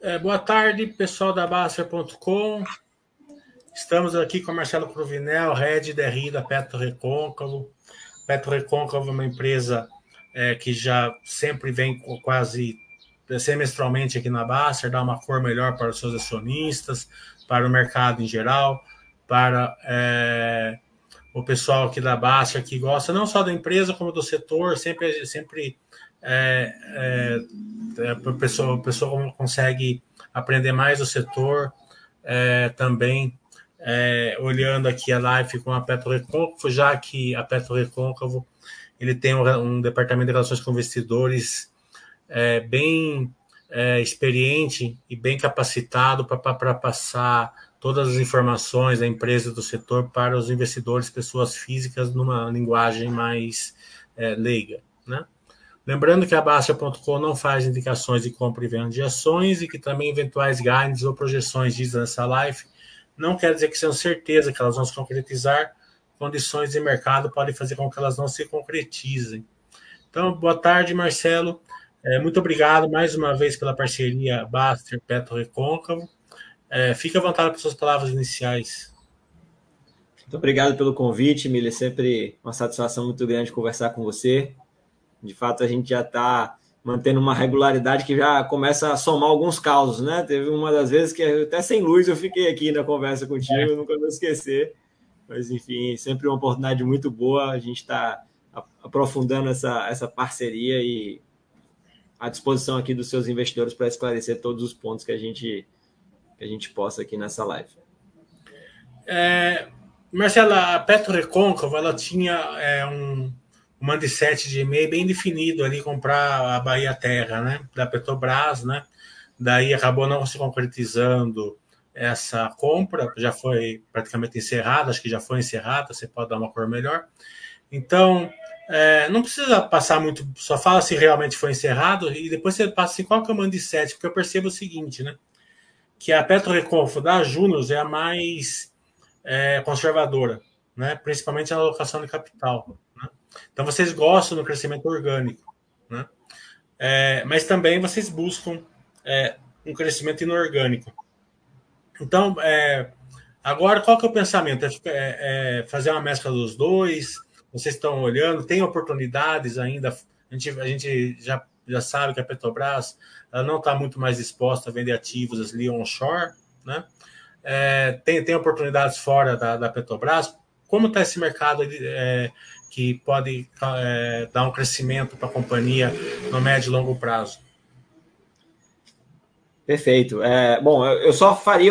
Boa tarde, pessoal da Baster.com. Estamos aqui com Marcelo Cruvinel, Head DRI da Petro Recôncavo. Petro Recôncavo é uma empresa que já sempre vem quase semestralmente aqui na Baster, dá uma cor melhor para os seus acionistas, para o mercado em geral, para o pessoal aqui da Baster que gosta não só da empresa como do setor, sempre a pessoa consegue aprender mais do setor, também olhando aqui a live com a Petro Recôncavo, já que a Petro Recôncavo ele tem um departamento de relações com investidores bem experiente e bem capacitado para passar todas as informações da empresa do setor para os investidores, pessoas físicas, numa linguagem mais leiga, né? Lembrando que a Bastia.com não faz indicações de compra e venda de ações e que também eventuais guides ou projeções ditas nessa live não quer dizer que sejam certeza que elas vão se concretizar. Condições de mercado podem fazer com que elas não se concretizem. Então, boa tarde, Marcelo. Muito obrigado mais uma vez pela parceria Baster Petro Recôncavo. Fique à vontade para suas palavras iniciais. Muito obrigado pelo convite, Mili. É sempre uma satisfação muito grande conversar com você. De fato, a gente já está mantendo uma regularidade que já começa a somar alguns causos, né? Teve uma das vezes que até sem luz eu fiquei aqui na conversa contigo, nunca vou esquecer. Mas, enfim, sempre uma oportunidade muito boa. A gente está aprofundando essa parceria e à disposição aqui dos seus investidores para esclarecer todos os pontos que a gente possa aqui nessa live. Marcela, a Petro Recôncavo, ela tinha um mindset de e-mail bem definido ali, comprar a Bahia Terra, né, da Petrobras, né? Daí acabou não se concretizando essa compra, já foi praticamente encerrada, acho que já foi encerrada, você pode dar uma cor melhor. Então, não precisa passar muito, só fala se realmente foi encerrado e depois você passa assim, qual que é o mindset, porque eu percebo o seguinte, né, que a Petro Recôncavo da Junos é a mais conservadora, né, principalmente na alocação de capital, né? Então, vocês gostam do crescimento orgânico, né? Mas também vocês buscam um crescimento inorgânico. Então, agora, qual que é o pensamento? Fazer uma mescla dos dois? Vocês estão olhando? Tem oportunidades ainda? A gente já sabe que a Petrobras ela não está muito mais disposta a vender ativos ali onshore, né? Tem oportunidades fora da Petrobras? Como está esse mercado que pode dar um crescimento para a companhia no médio e longo prazo? Perfeito. Bom, eu só faria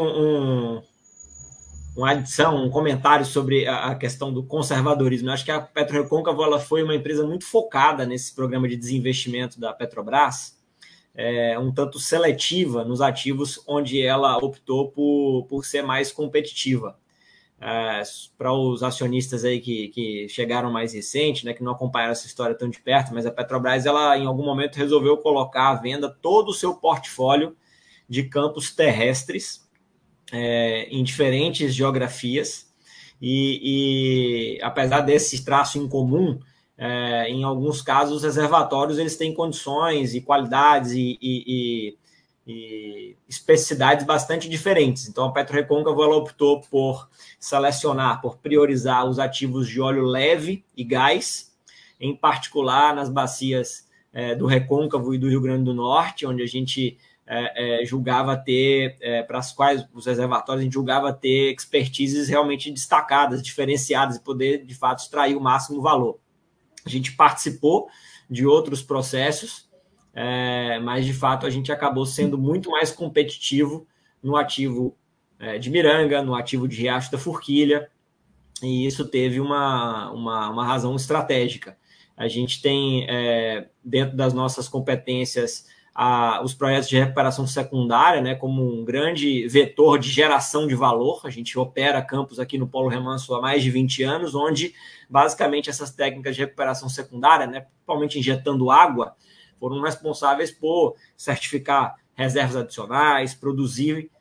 uma adição, um comentário sobre a questão do conservadorismo. Eu acho que a Petro Recôncavo ela foi uma empresa muito focada nesse programa de desinvestimento da Petrobras, um tanto seletiva nos ativos onde ela optou por ser mais competitiva. Para os acionistas aí que chegaram mais recente, né, que não acompanharam essa história tão de perto, mas a Petrobras, ela em algum momento resolveu colocar à venda todo o seu portfólio de campos terrestres em diferentes geografias e apesar desse traço em comum, em alguns casos os reservatórios eles têm condições e qualidades e especificidades bastante diferentes. Então, a Petro Recôncavo ela optou por selecionar, por priorizar os ativos de óleo leve e gás, em particular nas bacias do Recôncavo e do Rio Grande do Norte, onde a gente julgava ter, para as quais os reservatórios a gente julgava ter expertises realmente destacadas, diferenciadas e poder, de fato, extrair o máximo valor. A gente participou de outros processos, mas de fato a gente acabou sendo muito mais competitivo no ativo de Miranga, no ativo de Riacho da Forquilha, e isso teve uma razão estratégica. A gente tem, dentro das nossas competências, os projetos de recuperação secundária, né, como um grande vetor de geração de valor. A gente opera campos aqui no Polo Remanso há mais de 20 anos, onde basicamente essas técnicas de recuperação secundária, né, principalmente injetando água, foram responsáveis por certificar reservas adicionais, produzir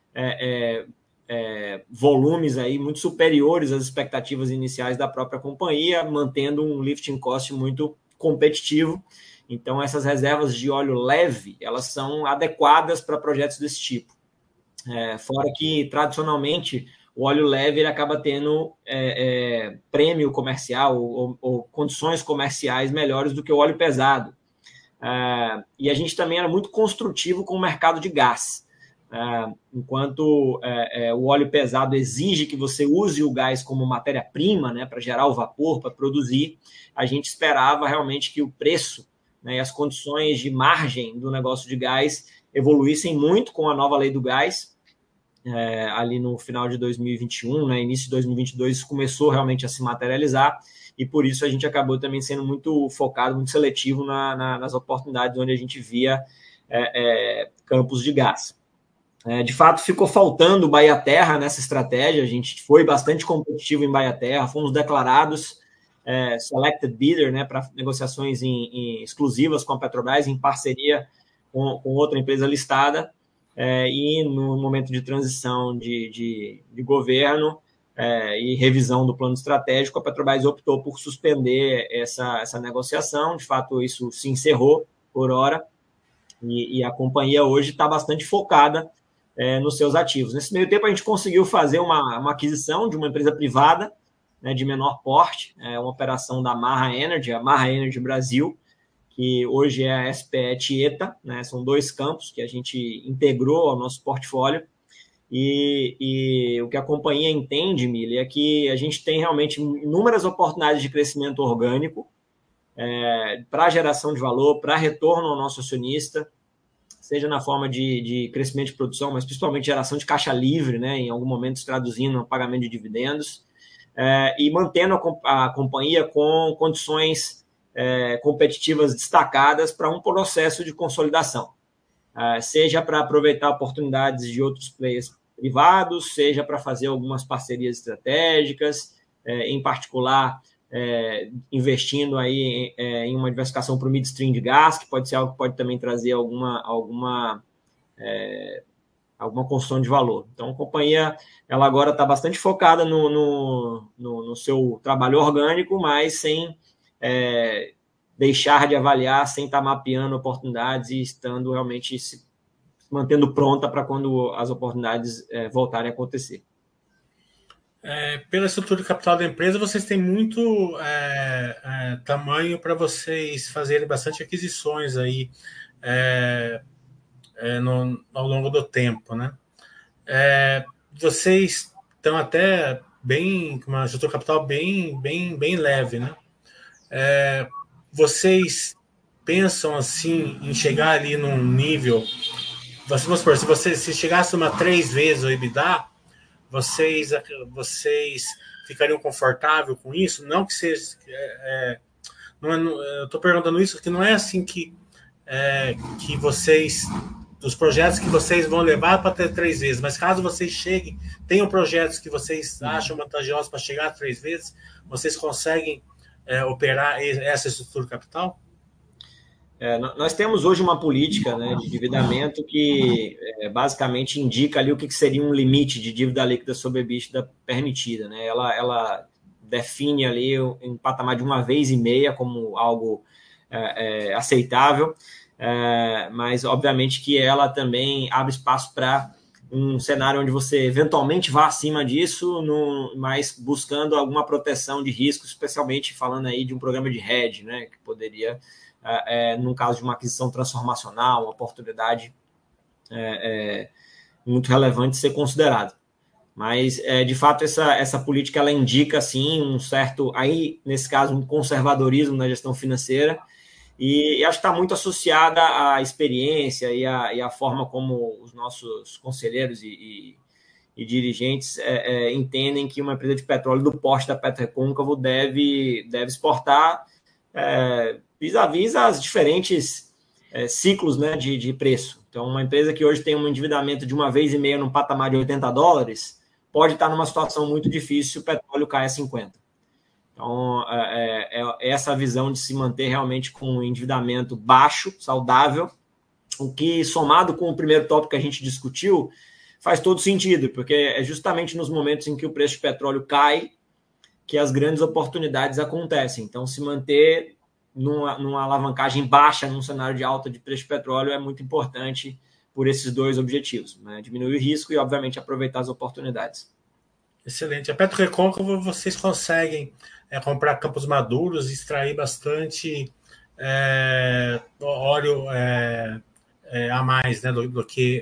volumes aí muito superiores às expectativas iniciais da própria companhia, mantendo um lifting cost muito competitivo. Então, essas reservas de óleo leve, elas são adequadas para projetos desse tipo. Fora que, tradicionalmente, o óleo leve ele acaba tendo prêmio comercial ou condições comerciais melhores do que o óleo pesado. E a gente também era muito construtivo com o mercado de gás. Enquanto o óleo pesado exige que você use o gás como matéria-prima, né, para gerar o vapor, para produzir, a gente esperava realmente que o preço, né, e as condições de margem do negócio de gás evoluíssem muito com a nova lei do gás. Ali no final de 2021, né, início de 2022, isso começou realmente a se materializar, e por isso a gente acabou também sendo muito focado, muito seletivo nas oportunidades onde a gente via campos de gás. De fato, ficou faltando o Bahia Terra nessa estratégia. A gente foi bastante competitivo em Bahia Terra, fomos declarados selected bidder, né, para negociações exclusivas com a Petrobras, em parceria com outra empresa listada, e no momento de transição de governo e revisão do plano estratégico, a Petrobras optou por suspender essa negociação. De fato, isso se encerrou por hora, e a companhia hoje está bastante focada nos seus ativos. Nesse meio tempo, a gente conseguiu fazer uma aquisição de uma empresa privada, né, de menor porte, uma operação da Maha Energy, a Maha Energy Brasil, que hoje é a SPE Tieta, né, são 2 campos que a gente integrou ao nosso portfólio, e o que a companhia entende, Mili, é que a gente tem realmente inúmeras oportunidades de crescimento orgânico, para geração de valor, para retorno ao nosso acionista, seja na forma de crescimento de produção, mas principalmente geração de caixa livre, né, em algum momento se traduzindo no pagamento de dividendos, e mantendo a companhia com condições competitivas destacadas para um processo de consolidação, seja para aproveitar oportunidades de outros players privados, seja para fazer algumas parcerias estratégicas, em particular investindo aí em uma diversificação para o midstream de gás, que pode ser algo que pode também trazer alguma construção de valor. Então, a companhia ela agora está bastante focada no seu trabalho orgânico, mas sem deixar de avaliar, sem estar mapeando oportunidades e estando realmente se mantendo pronta para quando as oportunidades voltarem a acontecer. Pela estrutura de capital da empresa, vocês têm muito tamanho para vocês fazerem bastante aquisições aí ao longo do tempo, né? Vocês estão até bem com uma estrutura de capital bem leve, né? Vocês pensam assim em chegar ali num nível, vamos supor, se chegasse uma 3 vezes o EBITDA, vocês ficariam confortáveis com isso? Não que seja. Eu estou perguntando isso porque não é assim que vocês. Dos projetos que vocês vão levar para ter 3 vezes, mas caso vocês cheguem, tenham projetos que vocês acham vantajosos para chegar a 3 vezes, vocês conseguem operar essa estrutura capital? Nós temos hoje uma política, né, de endividamento que basicamente indica ali o que seria um limite de dívida líquida sobre EBITDA permitida, né? Ela define ali um patamar de 1,5 vezes como algo aceitável, mas obviamente que ela também abre espaço para um cenário onde você eventualmente vá acima disso, mas buscando alguma proteção de risco, especialmente falando aí de um programa de hedge, né, que poderia num caso de uma aquisição transformacional, uma oportunidade muito relevante ser considerada. Mas, de fato, essa política ela indica, sim, um certo, aí, nesse caso, um conservadorismo na gestão financeira, e acho que está muito associada à experiência e à forma como os nossos conselheiros e dirigentes entendem que uma empresa de petróleo do porte da PetroRecôncavo deve exportar vis-à-vis as diferentes ciclos, né, de preço. Então, uma empresa que hoje tem um endividamento de 1,5 vezes num patamar de $80 pode estar numa situação muito difícil se o petróleo cai a 50. Então, essa visão de se manter realmente com um endividamento baixo, saudável, o que, somado com o primeiro tópico que a gente discutiu, faz todo sentido, porque é justamente nos momentos em que o preço de petróleo cai que as grandes oportunidades acontecem. Então, se manter numa alavancagem baixa, num cenário de alta de preço de petróleo, é muito importante por esses dois objetivos, né? Diminuir o risco e, obviamente, aproveitar as oportunidades. Excelente. A PetroRecôncavo, vocês conseguem comprar campos maduros, extrair bastante óleo a mais, né, do que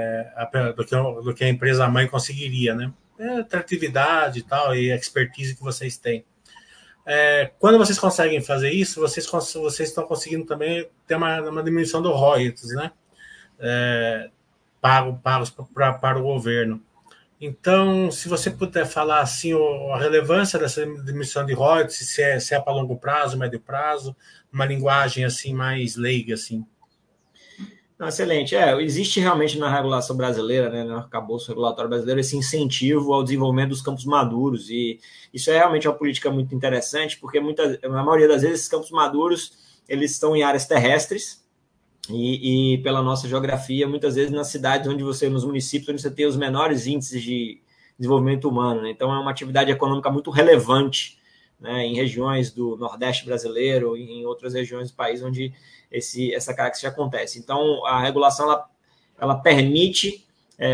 a empresa mãe conseguiria, né? Atratividade e tal, e expertise que vocês têm. Quando vocês conseguem fazer isso, vocês estão conseguindo também ter uma diminuição do royalties, né? Pagos para o governo. Então, se você puder falar assim, a relevância dessa diminuição de royalties, se é para longo prazo, médio prazo, uma linguagem assim mais leiga, assim. Não, excelente. Existe realmente na regulação brasileira, né, no arcabouço regulatório brasileiro, esse incentivo ao desenvolvimento dos campos maduros. E isso é realmente uma política muito interessante, porque na maioria das vezes esses campos maduros eles estão em áreas terrestres e pela nossa geografia, muitas vezes nas cidades nos municípios onde você tem os menores índices de desenvolvimento humano, né? Então é uma atividade econômica muito relevante, né, em regiões do Nordeste brasileiro e em outras regiões do país onde essa característica acontece. Então, a regulação ela permite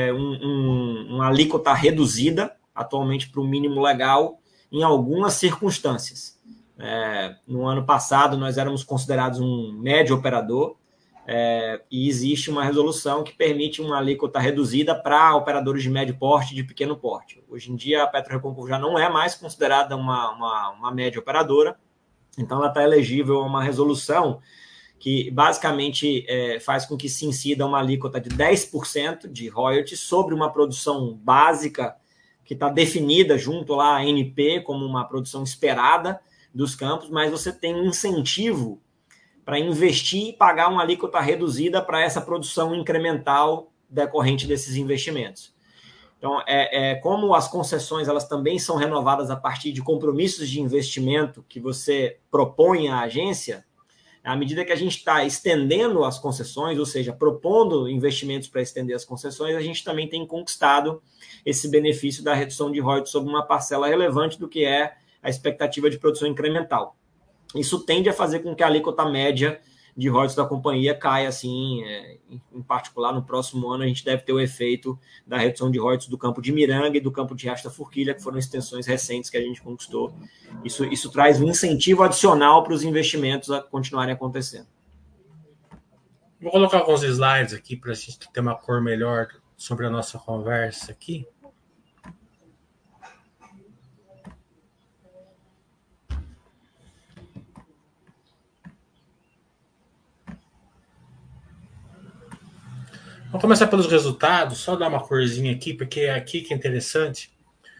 uma alíquota reduzida, atualmente para o mínimo legal, em algumas circunstâncias. No ano passado, nós éramos considerados um médio operador, e existe uma resolução que permite uma alíquota reduzida para operadores de médio porte e de pequeno porte. Hoje em dia, a PetroRecôncavo já não é mais considerada uma média operadora, então ela está elegível a uma resolução que basicamente faz com que se incida uma alíquota de 10% de royalties sobre uma produção básica que está definida junto lá à ANP como uma produção esperada dos campos, mas você tem um incentivo para investir e pagar uma alíquota reduzida para essa produção incremental decorrente desses investimentos. Então, como as concessões elas também são renovadas a partir de compromissos de investimento que você propõe à agência, à medida que a gente está estendendo as concessões, ou seja, propondo investimentos para estender as concessões, a gente também tem conquistado esse benefício da redução de royalties sobre uma parcela relevante do que é a expectativa de produção incremental. Isso tende a fazer com que a alíquota média de royalties da companhia caia, assim, em particular no próximo ano a gente deve ter o efeito da redução de royalties do campo de Miranga e do campo de Riacho da Forquilha, que foram extensões recentes que a gente conquistou. Isso traz um incentivo adicional para os investimentos a continuarem acontecendo. Vou colocar alguns slides aqui para a gente ter uma cor melhor sobre a nossa conversa aqui. Vamos começar pelos resultados, só dar uma corzinha aqui, porque é aqui que é interessante.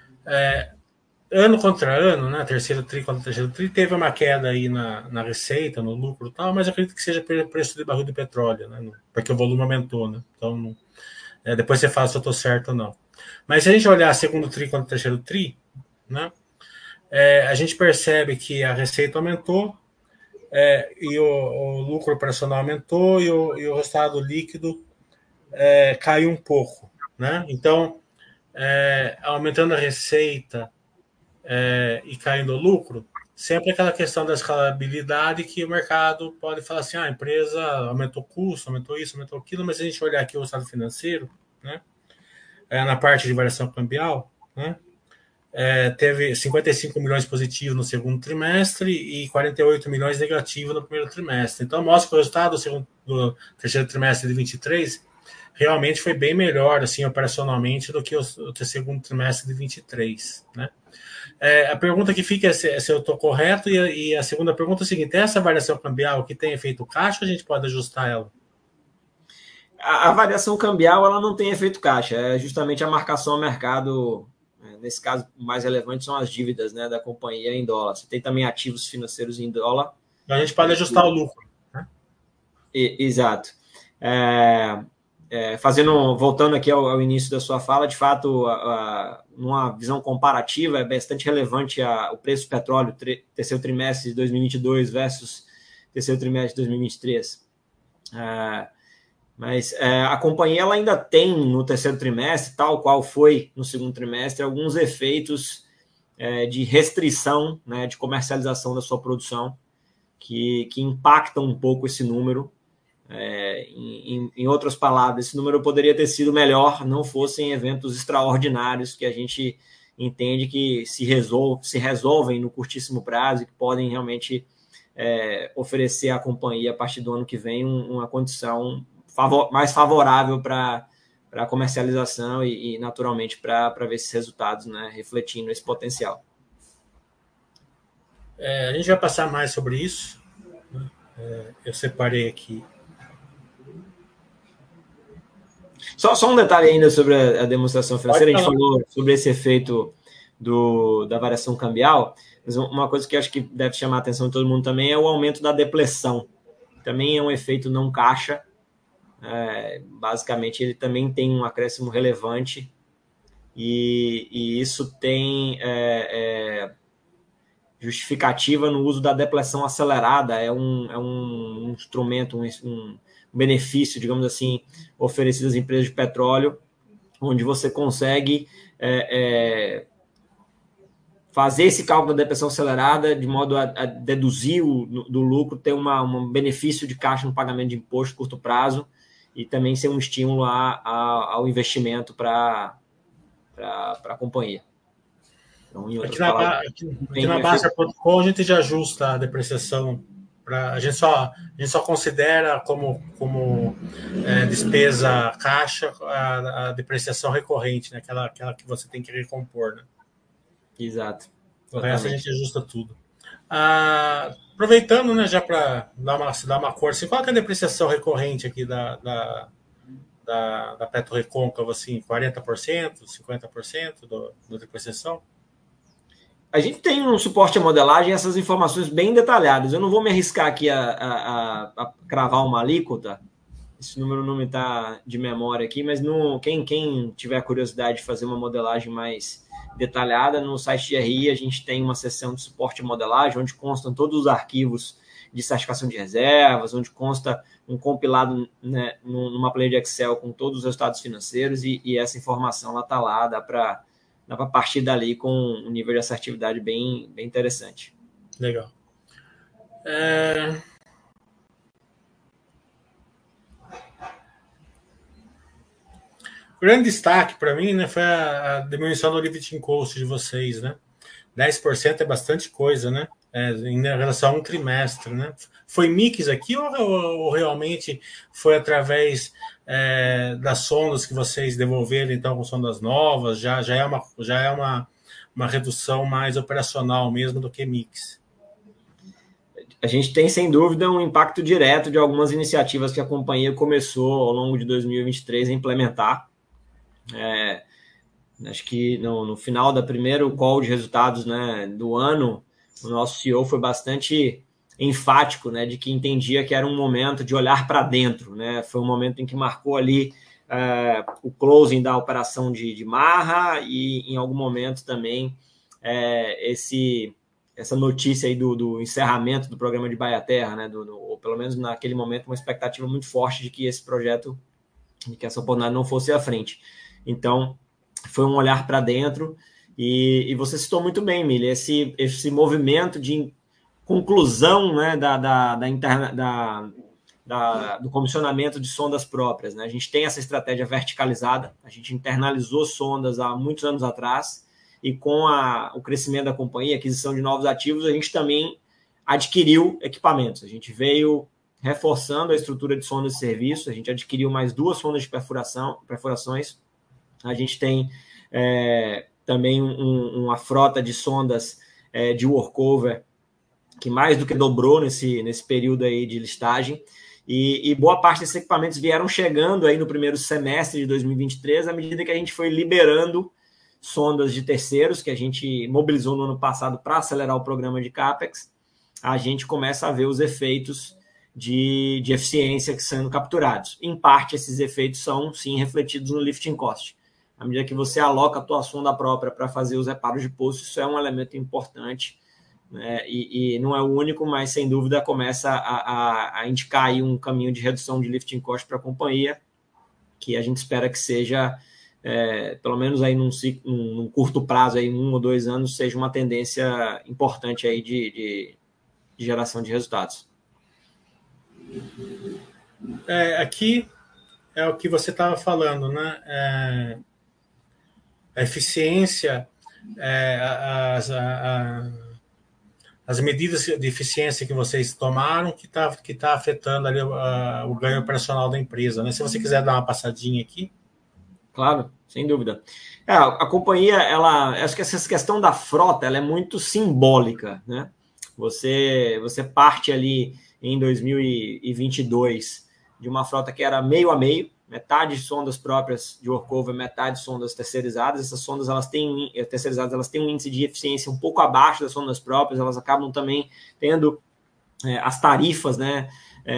Ano contra ano, né, terceiro tri contra terceiro tri, teve uma queda aí na receita, no lucro e tal, mas eu acredito que seja pelo preço de barril de petróleo, né, porque o volume aumentou, né? Então, depois você fala se eu estou certo ou não. Mas se a gente olhar segundo tri contra terceiro tri, né, a gente percebe que a receita aumentou, e o lucro operacional aumentou e o resultado líquido caiu um pouco, né? Então, aumentando a receita e caindo o lucro, sempre aquela questão da escalabilidade que o mercado pode falar assim, a empresa aumentou o custo, aumentou isso, aumentou aquilo, mas se a gente olhar aqui o resultado financeiro, né, na parte de variação cambial, né, teve 55 milhões positivos no segundo trimestre e 48 milhões negativos no primeiro trimestre. Então, mostra que o resultado do terceiro trimestre de 23 realmente foi bem melhor, assim, operacionalmente, do que o segundo trimestre de 23, né? A pergunta que fica é se eu estou correto, e a segunda pergunta é a seguinte: essa variação cambial que tem efeito caixa, a gente pode ajustar ela? A variação cambial ela não tem efeito caixa, é justamente a marcação ao mercado. Nesse caso, o mais relevante são as dívidas, né, da companhia em dólar. Você tem também ativos financeiros em dólar. A gente pode ajustar o lucro, né? Exato. Voltando aqui ao início da sua fala, de fato, numa visão comparativa, é bastante relevante o preço do petróleo, terceiro trimestre de 2022 versus terceiro trimestre de 2023. Mas a companhia ela ainda tem no terceiro trimestre, tal qual foi no segundo trimestre, alguns efeitos de restrição, né, de comercialização da sua produção. que impactam um pouco esse número. Em outras palavras, esse número poderia ter sido melhor, não fossem eventos extraordinários que a gente entende que se resolvem no curtíssimo prazo e que podem realmente oferecer à companhia, a partir do ano que vem, uma condição mais favorável para a comercialização e naturalmente, para ver esses resultados, né, refletindo esse potencial. A gente vai passar mais sobre isso. Eu separei aqui. Só um detalhe ainda sobre a demonstração financeira. A gente falou sobre esse efeito da variação cambial, mas uma coisa que eu acho que deve chamar a atenção de todo mundo também é o aumento da depreciação. Também é um efeito não caixa. Basicamente, ele também tem um acréscimo relevante e isso tem justificativa no uso da depreciação acelerada. É um instrumento, um benefício, digamos assim, oferecido às empresas de petróleo, onde você consegue fazer esse cálculo da depreciação acelerada de modo a deduzir do lucro, ter um benefício de caixa no pagamento de imposto de curto prazo e também ser um estímulo ao investimento para a companhia. Então, em outras palavras, aqui na Baixa.com a gente já ajusta a depreciação. A gente só considera como despesa caixa a depreciação recorrente, né? aquela que você tem que recompor. Né? Exato. O resto a gente ajusta tudo. Aproveitando, né, já para dar uma cor, assim, qual é a depreciação recorrente aqui da Petro Recôncavo, assim, 40%, 50% da depreciação? A gente tem um suporte à modelagem, essas informações bem detalhadas. Eu não vou me arriscar aqui a cravar uma alíquota. Esse número não me está de memória aqui, mas quem tiver curiosidade de fazer uma modelagem mais detalhada, no site de RI a gente tem uma seção de suporte à modelagem, onde constam todos os arquivos de certificação de reservas, onde consta um compilado, né, numa planilha de Excel com todos os resultados financeiros e essa informação está lá, dá para partir dali com um nível de assertividade bem interessante. Legal. O grande destaque para mim, né, foi a diminuição do lifting cost de vocês, né? 10% é bastante coisa, né? Em relação a um trimestre, né? Foi mix aqui ou realmente foi através das sondas que vocês devolveram, então, com sondas novas? Já é uma redução mais operacional mesmo do que mix? A gente tem, sem dúvida, um impacto direto de algumas iniciativas que a companhia começou ao longo de 2023 a implementar. Acho que no final da primeiro call de resultados, né, do ano, o nosso CEO foi bastante enfático, né, de que entendia que era um momento de olhar para dentro. Né? Foi um momento em que marcou ali o closing da operação de Marra e, em algum momento, também essa notícia aí do encerramento do programa de Bahia Terra, né, ou pelo menos naquele momento uma expectativa muito forte de que esse projeto, de que essa oportunidade não fosse à frente. Então, foi um olhar para dentro e você citou muito bem, Mili, esse movimento de conclusão, né, do comissionamento de sondas próprias. Né? A gente tem essa estratégia verticalizada, a gente internalizou sondas há muitos anos atrás e com o crescimento da companhia, aquisição de novos ativos, a gente também adquiriu equipamentos. A gente veio reforçando a estrutura de sondas de serviço, a gente adquiriu mais 2 sondas de perfurações. A gente tem também uma frota de sondas de workover que mais do que dobrou nesse período aí de listagem. E boa parte desses equipamentos vieram chegando aí no primeiro semestre de 2023, à medida que a gente foi liberando sondas de terceiros, que a gente mobilizou no ano passado para acelerar o programa de CAPEX. A gente começa a ver os efeitos de eficiência que sendo capturados. Em parte, esses efeitos são, sim, refletidos no lifting cost. À medida que você aloca a tua sonda própria para fazer os reparos de poço, isso é um elemento importante, né? E não é o único, mas, sem dúvida, começa a indicar aí um caminho de redução de lifting cost para a companhia, que a gente espera que seja, pelo menos aí num curto prazo, aí, 1 ou 2 anos, seja uma tendência importante aí de de geração de resultados. Aqui é o que você estava falando, né? A eficiência, as medidas de eficiência que vocês tomaram que tá afetando ali o ganho operacional da empresa, né? Se você quiser dar uma passadinha aqui. Claro, sem dúvida. A companhia, acho que essa questão da frota, ela é muito simbólica, né? Você parte ali em 2022 de uma frota que era meio a meio, metade sondas próprias de workover, metade sondas terceirizadas. Essas sondas terceirizadas, elas têm um índice de eficiência um pouco abaixo das sondas próprias, elas acabam também tendo as tarifas, né,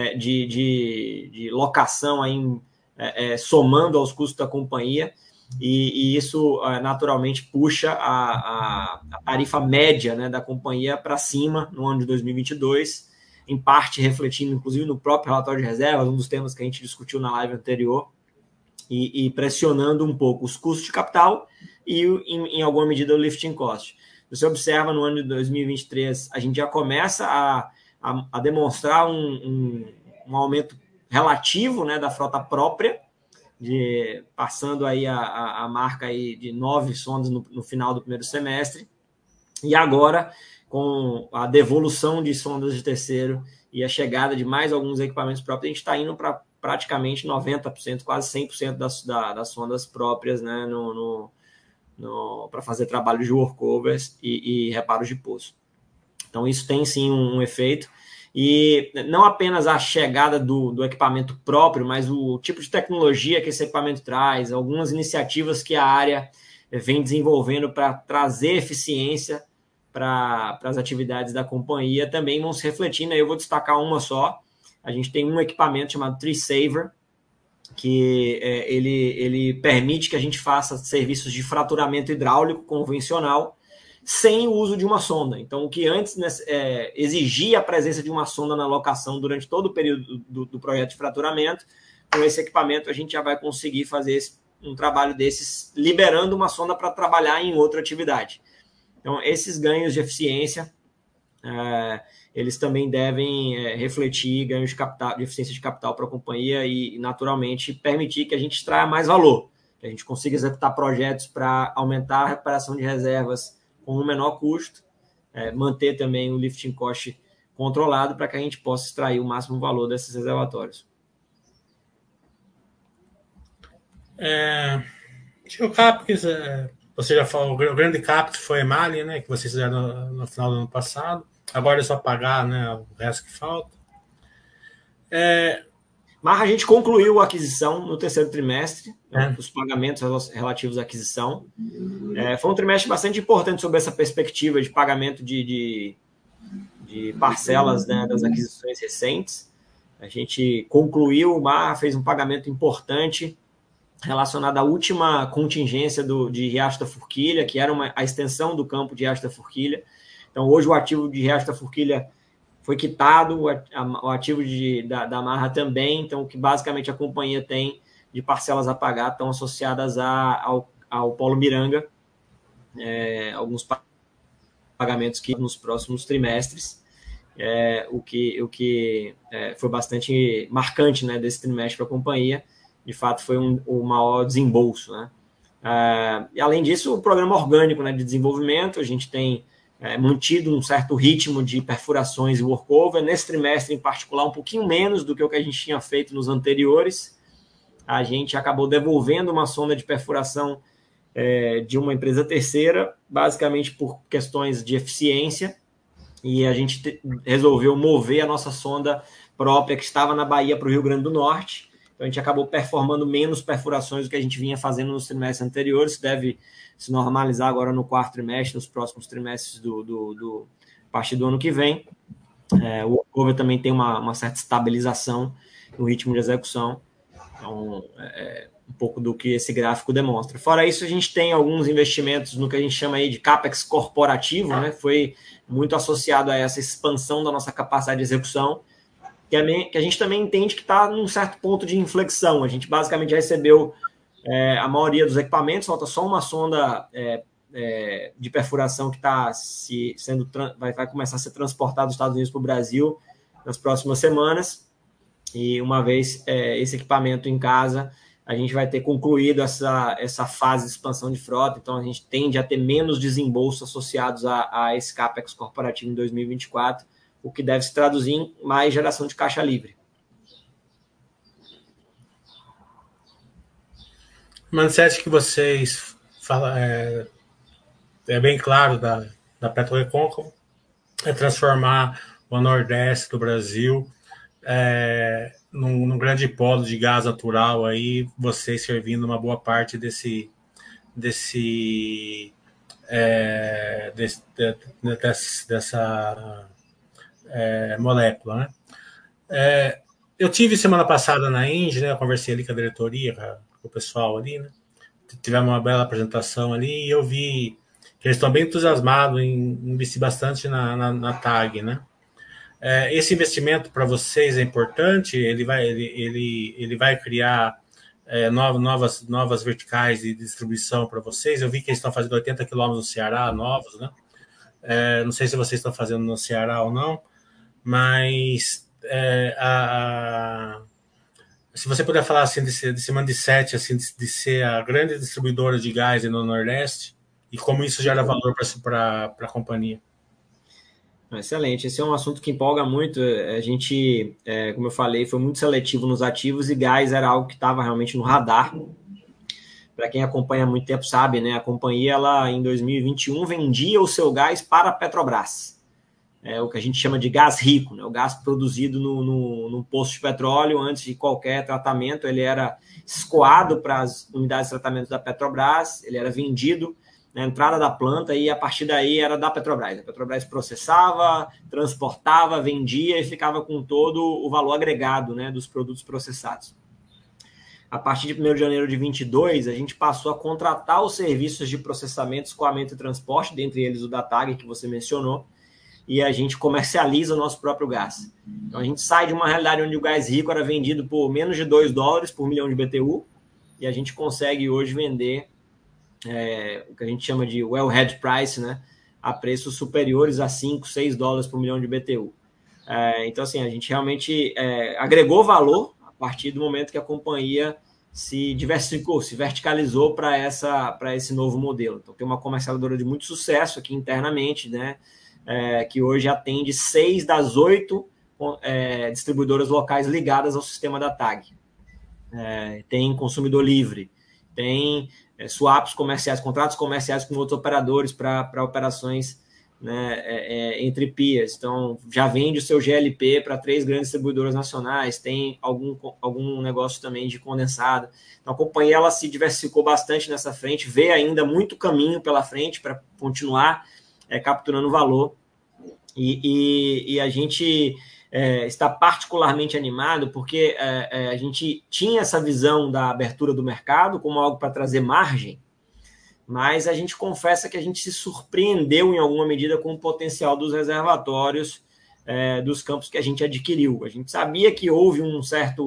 de locação aí, somando aos custos da companhia, e isso naturalmente puxa a tarifa média, né, da companhia para cima no ano de 2022, em parte refletindo inclusive no próprio relatório de reservas, um dos temas que a gente discutiu na live anterior, e pressionando um pouco os custos de capital e, em alguma medida, o lifting cost. Você observa no ano de 2023, a gente já começa a demonstrar um aumento relativo, né, da frota própria, passando aí a marca aí de 9 sondas no final do primeiro semestre, e agora, com a devolução de sondas de terceiro e a chegada de mais alguns equipamentos próprios, a gente está indo para praticamente 90%, quase 100% das sondas próprias, né, para fazer trabalho de workovers e reparos de poço. Então, isso tem sim um efeito. E não apenas a chegada do equipamento próprio, mas o tipo de tecnologia que esse equipamento traz, algumas iniciativas que a área vem desenvolvendo para trazer eficiência para as atividades da companhia também vão se refletindo. Aí eu vou destacar uma só. A gente tem um equipamento chamado Tree Saver, que ele permite que a gente faça serviços de fraturamento hidráulico convencional sem o uso de uma sonda. Então, o que antes exigia a presença de uma sonda na locação durante todo o período do projeto de fraturamento, com esse equipamento a gente já vai conseguir fazer um trabalho desses, liberando uma sonda para trabalhar em outra atividade. Então, esses ganhos de eficiência, eles também devem refletir ganhos de eficiência de capital para a companhia e, naturalmente, permitir que a gente extraia mais valor, que a gente consiga executar projetos para aumentar a recuperação de reservas com um menor custo, manter também o lifting cost controlado para que a gente possa extrair o máximo valor desses reservatórios. O CAPEX, você já falou, o grande CAPEX foi a Emali, né, que vocês fizeram no final do ano passado. Agora é só pagar, né, o resto que falta. Mas a gente concluiu a aquisição no terceiro trimestre, os pagamentos relativos à aquisição. Foi um trimestre bastante importante sobre essa perspectiva de pagamento de parcelas, né, das aquisições recentes. A gente concluiu, o Marra fez um pagamento importante relacionado à última contingência de Riacho da Forquilha, que era a extensão do campo de Riacho da Forquilha. Então, hoje o ativo de Riacho da Forquilha foi quitado, o ativo da Marra também. Então, o que basicamente a companhia tem de parcelas a pagar estão associadas ao Polo Miranga, alguns pagamentos que nos próximos trimestres, o que foi bastante marcante, né, desse trimestre para a companhia. De fato, foi o maior desembolso, né? E além disso, o programa orgânico, né, de desenvolvimento, a gente tem mantido um certo ritmo de perfurações e workover. Nesse trimestre, em particular, um pouquinho menos do que o que a gente tinha feito nos anteriores. A gente acabou devolvendo uma sonda de perfuração de uma empresa terceira, basicamente por questões de eficiência, e a gente resolveu mover a nossa sonda própria, que estava na Bahia, para o Rio Grande do Norte. Então, a gente acabou performando menos perfurações do que a gente vinha fazendo nos trimestres anteriores. Isso deve se normalizar agora no quarto trimestre, nos próximos trimestres a partir do ano que vem. O workover também tem uma certa estabilização no ritmo de execução. Então, um pouco do que esse gráfico demonstra. Fora isso, a gente tem alguns investimentos no que a gente chama aí de CAPEX corporativo, né? Foi muito associado a essa expansão da nossa capacidade de execução, que a gente também entende que está num certo ponto de inflexão. A gente basicamente já recebeu a maioria dos equipamentos, falta só uma sonda de perfuração que vai começar a ser transportado dos Estados Unidos para o Brasil nas próximas semanas. E uma vez esse equipamento em casa, a gente vai ter concluído essa fase de expansão de frota, então a gente tende a ter menos desembolsos associados a esse CAPEX corporativo em 2024, o que deve se traduzir em mais geração de caixa livre. O mindset que vocês falam é bem claro da PetroRecôncavo, é transformar o Nordeste do Brasil num grande polo de gás natural, aí vocês servindo uma boa parte dessa molécula, né? Eu tive semana passada na Indy, né? Eu conversei ali com a diretoria, com o pessoal ali, né? Tivemos uma bela apresentação ali e eu vi que eles estão bem entusiasmados em investir bastante na TAG, né? Esse investimento para vocês é importante? Ele vai criar novas verticais de distribuição para vocês? Eu vi que eles estão fazendo 80 quilômetros no Ceará, novos, né? Não sei se vocês estão fazendo no Ceará ou não, mas se você puder falar assim desse mindset assim, de ser a grande distribuidora de gás no Nordeste e como isso gera valor para a companhia. Excelente, esse é um assunto que empolga muito. A gente, como eu falei, foi muito seletivo nos ativos e gás era algo que estava realmente no radar. Para quem acompanha há muito tempo sabe, né? A companhia, ela em 2021 vendia o seu gás para a Petrobras. O que a gente chama de gás rico, né? O gás produzido no posto de petróleo antes de qualquer tratamento, ele era escoado para as unidades de tratamento da Petrobras, ele era vendido na entrada da planta e a partir daí era da Petrobras. A Petrobras processava, transportava, vendia e ficava com todo o valor agregado, né, dos produtos processados. A partir de 1º de janeiro de 2022, a gente passou a contratar os serviços de processamento, escoamento e transporte, dentre eles o da TAG, que você mencionou, e a gente comercializa o nosso próprio gás. Então, a gente sai de uma realidade onde o gás rico era vendido por menos de $2 por milhão de BTU, e a gente consegue hoje vender o que a gente chama de wellhead price, né, a preços superiores a $5, $6 por milhão de BTU. Então, assim, a gente realmente agregou valor a partir do momento que a companhia se diversificou, se verticalizou para esse novo modelo. Então, tem uma comercializadora de muito sucesso aqui internamente, né, que hoje atende 6 das 8 distribuidoras locais ligadas ao sistema da TAG. Tem consumidor livre, tem swaps comerciais, contratos comerciais com outros operadores para operações, né, entre peers. Então, já vende o seu GLP para 3 grandes distribuidoras nacionais, tem algum negócio também de condensado. Então, a companhia ela se diversificou bastante nessa frente, vê ainda muito caminho pela frente para continuar capturando valor. E a gente está particularmente animado porque a gente tinha essa visão da abertura do mercado como algo para trazer margem, mas a gente confessa que a gente se surpreendeu em alguma medida com o potencial dos reservatórios dos campos que a gente adquiriu. A gente sabia que houve uma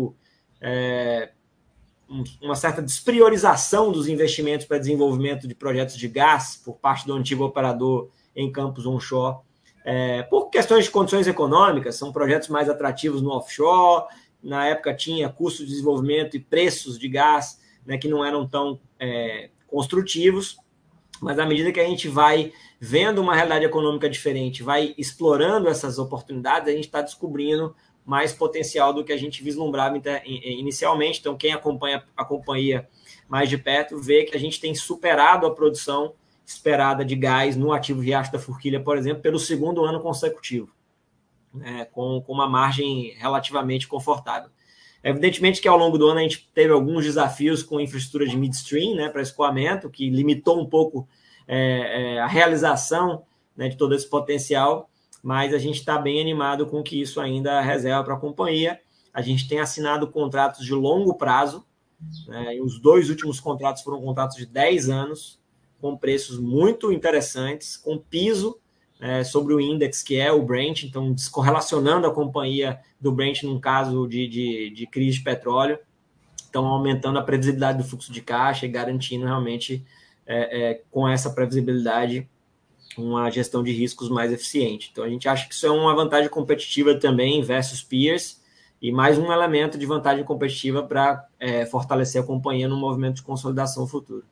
certa despriorização dos investimentos para desenvolvimento de projetos de gás por parte do antigo operador em campos onshore, por questões de condições econômicas, são projetos mais atrativos no offshore, na época tinha custo de desenvolvimento e preços de gás, né, que não eram tão construtivos, mas à medida que a gente vai vendo uma realidade econômica diferente, vai explorando essas oportunidades, a gente está descobrindo mais potencial do que a gente vislumbrava inicialmente. Então, quem acompanha a companhia mais de perto vê que a gente tem superado a produção esperada de gás no ativo Riacho da Forquilha, por exemplo, pelo 2º ano consecutivo, com uma margem relativamente confortável. Evidentemente que ao longo do ano a gente teve alguns desafios com infraestrutura de midstream, né, para escoamento, que limitou um pouco a realização, né, de todo esse potencial, mas a gente está bem animado com que isso ainda reserva para a companhia. A gente tem assinado contratos de longo prazo, né, e os 2 últimos contratos foram contratos de 10 anos, com preços muito interessantes, com piso sobre o index que é o Brent, então descorrelacionando a companhia do Brent num caso de crise de petróleo, então aumentando a previsibilidade do fluxo de caixa e garantindo realmente com essa previsibilidade, uma gestão de riscos mais eficiente. Então, a gente acha que isso é uma vantagem competitiva também versus peers e mais um elemento de vantagem competitiva para fortalecer a companhia no movimento de consolidação futuro.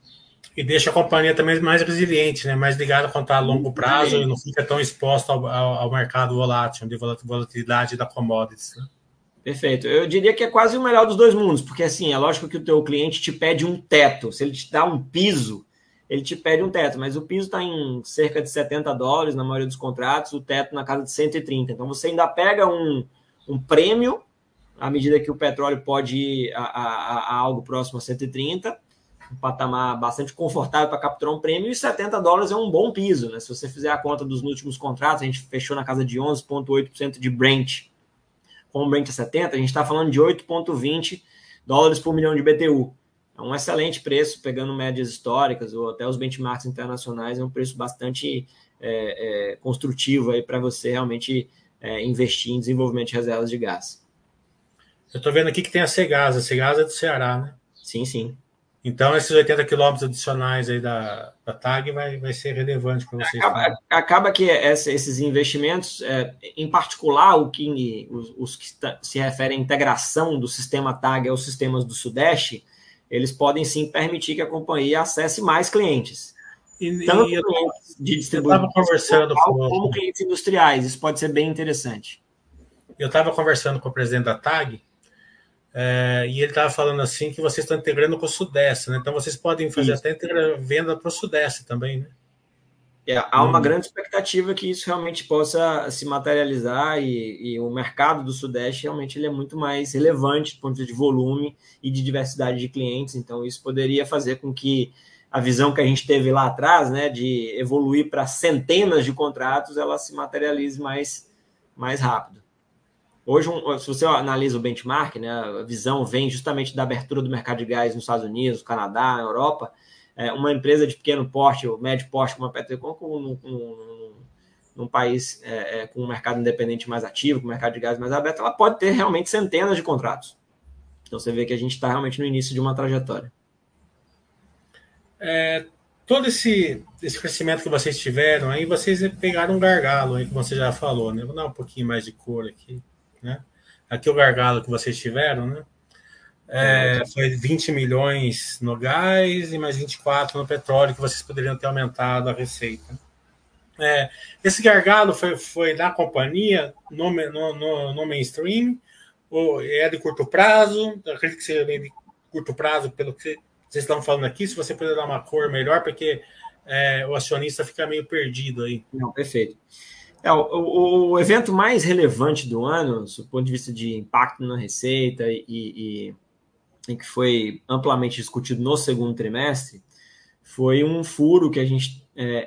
E deixa a companhia também mais resiliente, né? Mais ligada a contar a longo prazo e não fica tão exposta ao mercado volátil, de volatilidade da commodities. Né? Perfeito. Eu diria que é quase o melhor dos dois mundos, porque assim, é lógico que o teu cliente te pede um teto. Se ele te dá um piso, ele te pede um teto, mas o piso está em cerca de $70 na maioria dos contratos, o teto na casa de 130. Então você ainda pega um prêmio à medida que o petróleo pode ir a algo próximo a 130, um patamar bastante confortável para capturar um prêmio, e $70 é um bom piso, né? Se você fizer a conta dos últimos contratos, a gente fechou na casa de 11,8% de Brent. Com o Brent a 70, a gente está falando de $8,20 por milhão de BTU. É um excelente preço, pegando médias históricas ou até os benchmarks internacionais, é um preço bastante construtivo para você realmente investir em desenvolvimento de reservas de gás. Eu estou vendo aqui que tem a Cegasa é do Ceará, né? Sim, sim. Então, esses 80 quilômetros adicionais aí da TAG vai ser relevante para vocês. Acaba que esses investimentos, em particular, os que se referem à integração do sistema TAG aos sistemas do Sudeste, eles podem sim permitir que a companhia acesse mais clientes. Tanto clientes de distribuição como clientes industriais. Isso pode ser bem interessante. Eu estava conversando com o presidente da TAG, e ele estava falando assim que vocês estão integrando com o Sudeste, né? Então vocês podem fazer até venda para o Sudeste também, né? Há uma grande expectativa que isso realmente possa se materializar e o mercado do Sudeste realmente ele é muito mais relevante do ponto de vista de volume e de diversidade de clientes, então isso poderia fazer com que a visão que a gente teve lá atrás, né, de evoluir para centenas de contratos, ela se materialize mais rápido. Hoje, se você analisa o benchmark, né, a visão vem justamente da abertura do mercado de gás nos Estados Unidos, Canadá, Europa. Uma empresa de pequeno porte ou médio porte como a Petrocon, num país com um mercado independente mais ativo, com um mercado de gás mais aberto, ela pode ter realmente centenas de contratos. Então você vê que a gente está realmente no início de uma trajetória. Todo esse crescimento que vocês tiveram, aí vocês pegaram um gargalo, aí, que você já falou, né? Vou dar um pouquinho mais de cor aqui. Né? Aqui o gargalo que vocês tiveram, né? Foi 20 milhões no gás e mais 24 no petróleo, que vocês poderiam ter aumentado a receita. Esse gargalo foi da companhia no mainstream, ou é de curto prazo? Eu acredito que seja de curto prazo, pelo que vocês estão falando aqui. Se você puder dar uma cor melhor, porque o acionista fica meio perdido aí. Não, perfeito. O evento mais relevante do ano, do ponto de vista de impacto na receita e que foi amplamente discutido no segundo trimestre, foi um furo que a gente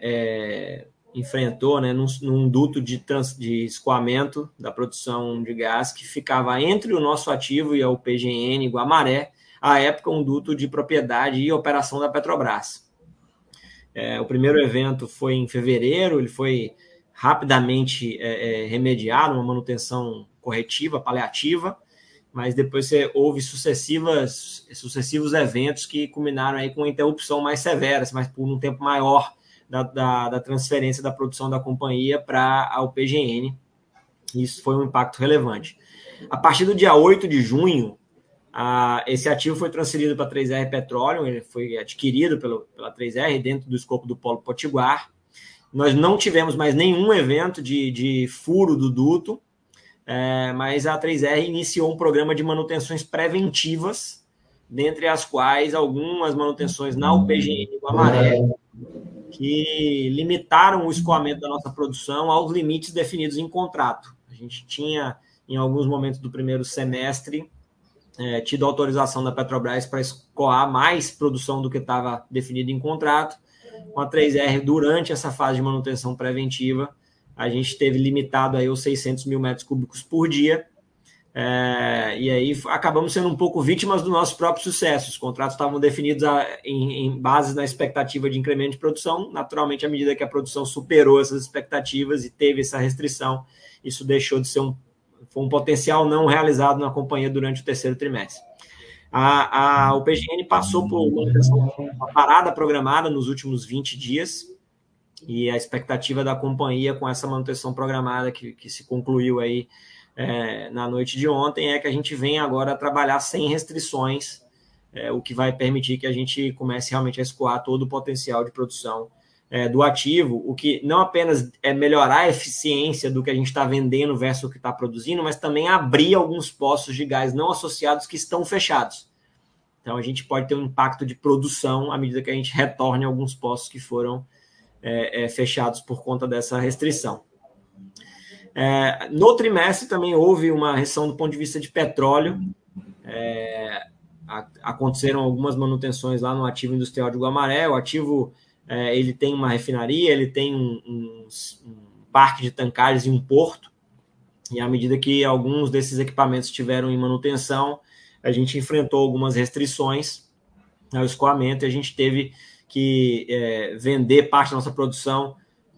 enfrentou, né, num duto de escoamento da produção de gás que ficava entre o nosso ativo e a UPGN Guamaré, à época um duto de propriedade e operação da Petrobras. O primeiro evento foi em fevereiro, ele foi rapidamente remediado, uma manutenção corretiva, paliativa, mas depois houve sucessivos eventos que culminaram aí com uma interrupção mais severa, mas por um tempo maior da transferência da produção da companhia para a UPGN. Isso foi um impacto relevante. A partir do dia 8 de junho, esse ativo foi transferido para a 3R Petroleum, ele foi adquirido pela 3R dentro do escopo do Polo Potiguar. Nós não tivemos mais nenhum evento de furo do duto, mas a 3R iniciou um programa de manutenções preventivas, dentre as quais algumas manutenções na UPGN Guamaré, que limitaram o escoamento da nossa produção aos limites definidos em contrato. A gente tinha, em alguns momentos do primeiro semestre, tido autorização da Petrobras para escoar mais produção do que estava definido em contrato. Com a 3R, durante essa fase de manutenção preventiva, a gente teve limitado aí os 600 mil metros cúbicos por dia, e aí acabamos sendo um pouco vítimas do nosso próprio sucesso. Os contratos estavam definidos em base na expectativa de incremento de produção. Naturalmente, à medida que a produção superou essas expectativas e teve essa restrição, isso deixou de ser um potencial não realizado na companhia durante o terceiro trimestre. O PGN passou por uma parada programada nos últimos 20 dias, e a expectativa da companhia com essa manutenção programada que se concluiu aí na noite de ontem é que a gente venha agora a trabalhar sem restrições, o que vai permitir que a gente comece realmente a escoar todo o potencial de produção do ativo, o que não apenas é melhorar a eficiência do que a gente está vendendo versus o que está produzindo, mas também abrir alguns poços de gás não associados que estão fechados. Então, a gente pode ter um impacto de produção à medida que a gente retorne alguns poços que foram fechados por conta dessa restrição. No trimestre também houve uma restrição do ponto de vista de petróleo. Aconteceram algumas manutenções lá no ativo industrial de Guamaré. O ativo ele tem uma refinaria, ele tem um parque de tancagens e um porto, e à medida que alguns desses equipamentos estiveram em manutenção, a gente enfrentou algumas restrições ao escoamento, e a gente teve que vender parte da nossa produção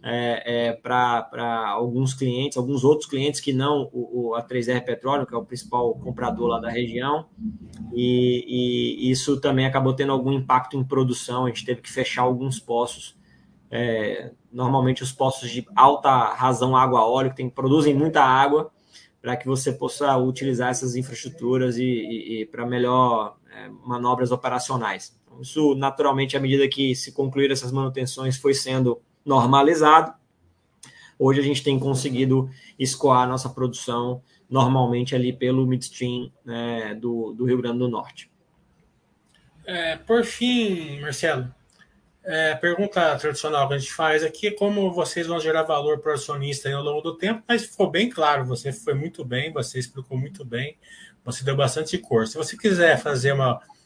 para alguns clientes, alguns outros clientes que não a 3R Petróleo, que é o principal comprador lá da região, e isso também acabou tendo algum impacto em produção. A gente teve que fechar alguns poços, normalmente os poços de alta razão água-óleo, que produzem muita água, para que você possa utilizar essas infraestruturas e para melhor manobras operacionais. Então, isso, naturalmente, à medida que se concluíram essas manutenções, foi sendo normalizado. Hoje a gente tem conseguido escoar a nossa produção normalmente ali pelo midstream do Rio Grande do Norte. Por fim, Marcelo, pergunta tradicional que a gente faz aqui é como vocês vão gerar valor para o acionista ao longo do tempo, mas ficou bem claro, você foi muito bem, você explicou muito bem, você deu bastante cor. Se você quiser fazer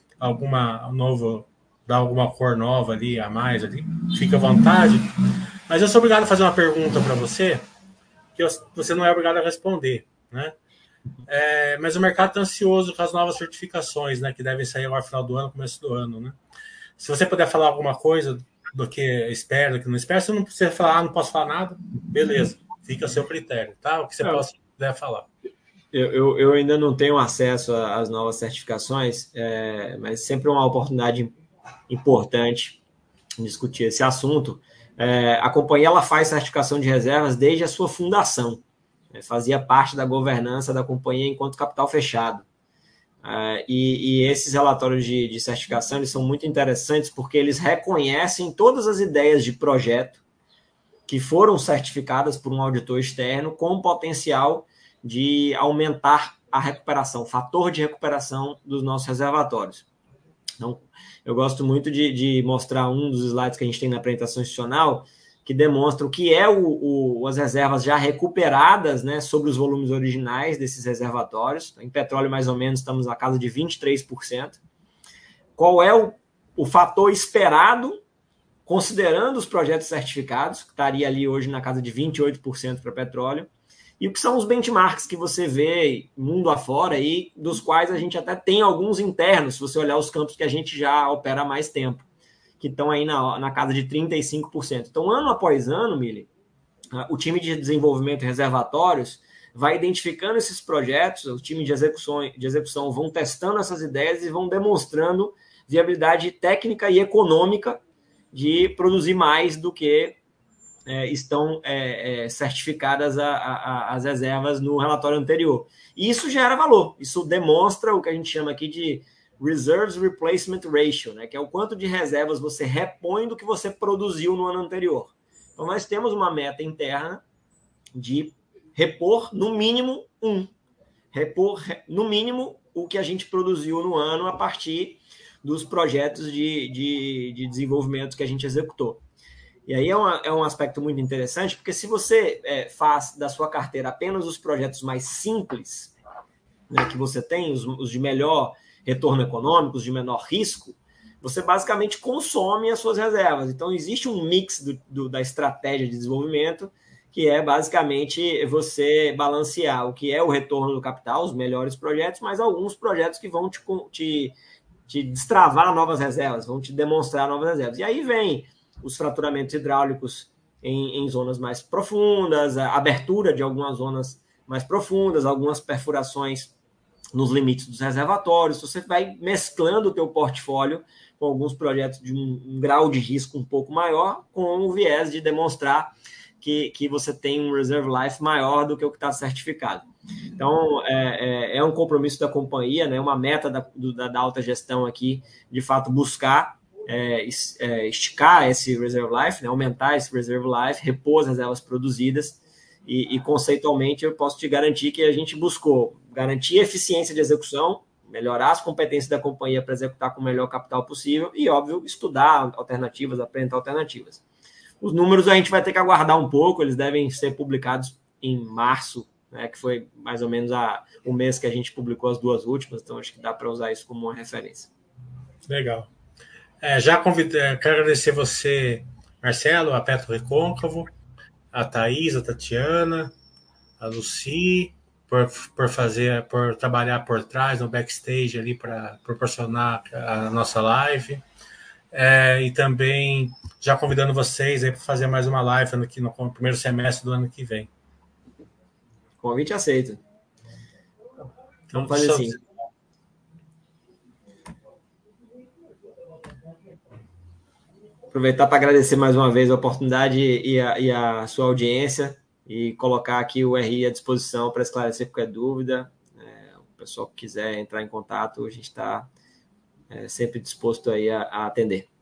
dar alguma cor nova ali, a mais ali, fica à vontade. Mas eu sou obrigado a fazer uma pergunta para você, que você não é obrigado a responder, né? Mas o mercado está ansioso com as novas certificações, né, que devem sair agora no final do ano, começo do ano, né? Se você puder falar alguma coisa do que espera, do que não espera, se não precisa falar, não posso falar nada, beleza, fica a seu critério, tá? O que você puder falar. Eu ainda não tenho acesso às novas certificações, mas sempre é uma oportunidade importante discutir esse assunto. A companhia ela faz certificação de reservas desde a sua fundação. Fazia parte da governança da companhia enquanto capital fechado. E esses relatórios de certificação eles são muito interessantes porque eles reconhecem todas as ideias de projeto que foram certificadas por um auditor externo com potencial de aumentar a recuperação, o fator de recuperação dos nossos reservatórios. Então, eu gosto muito de mostrar um dos slides que a gente tem na apresentação institucional, que demonstra o que as reservas já recuperadas, né, sobre os volumes originais desses reservatórios. Em petróleo, mais ou menos, estamos na casa de 23%. Qual é o fator esperado, considerando os projetos certificados, que estaria ali hoje na casa de 28% para petróleo, e o que são os benchmarks que você vê mundo afora, aí, dos quais a gente até tem alguns internos, se você olhar os campos que a gente já opera há mais tempo, que estão aí na casa de 35%. Então, ano após ano, Mili, o time de desenvolvimento e reservatórios vai identificando esses projetos, o time de execução vão testando essas ideias e vão demonstrando viabilidade técnica e econômica de produzir mais do que estão certificadas as reservas no relatório anterior. E isso gera valor, isso demonstra o que a gente chama aqui de Reserves Replacement Ratio, né, que é o quanto de reservas você repõe do que você produziu no ano anterior. Então, nós temos uma meta interna de repor no mínimo repor no mínimo o que a gente produziu no ano a partir dos projetos de desenvolvimento que a gente executou. E aí é um aspecto muito interessante, porque se você faz da sua carteira apenas os projetos mais simples, né, que você tem, os de melhor retorno econômico, os de menor risco, você basicamente consome as suas reservas. Então, existe um mix da estratégia de desenvolvimento, que é basicamente você balancear o que é o retorno do capital, os melhores projetos, mas alguns projetos que vão te destravar novas reservas, vão te demonstrar novas reservas. E aí vem os fraturamentos hidráulicos em zonas mais profundas, a abertura de algumas zonas mais profundas, algumas perfurações nos limites dos reservatórios, você vai mesclando o teu portfólio com alguns projetos de um grau de risco um pouco maior, com o viés de demonstrar que você tem um reserve life maior do que o que está certificado. Então, é um compromisso da companhia, né, uma meta da alta gestão aqui, de fato, buscar esticar esse reserve life, né, aumentar esse reserve life, repor as reservas produzidas, e conceitualmente eu posso te garantir que a gente buscou garantir a eficiência de execução, melhorar as competências da companhia para executar com o melhor capital possível e, óbvio, estudar alternativas, apresentar alternativas. Os números a gente vai ter que aguardar um pouco, eles devem ser publicados em março, né, que foi mais ou menos o mês que a gente publicou as duas últimas, então acho que dá para usar isso como uma referência. Legal. Quero agradecer você, Marcelo, a Petro Recôncavo, a Thaís, a Tatiana, a Lucy, por trabalhar por trás, no backstage ali, para proporcionar a nossa live. E também já convidando vocês para fazer mais uma live aqui no primeiro semestre do ano que vem. Convite aceito. Vamos fazer assim. Aproveitar para agradecer mais uma vez a oportunidade e a sua audiência e colocar aqui o RI à disposição para esclarecer qualquer dúvida. O pessoal que quiser entrar em contato, a gente está sempre disposto aí a atender.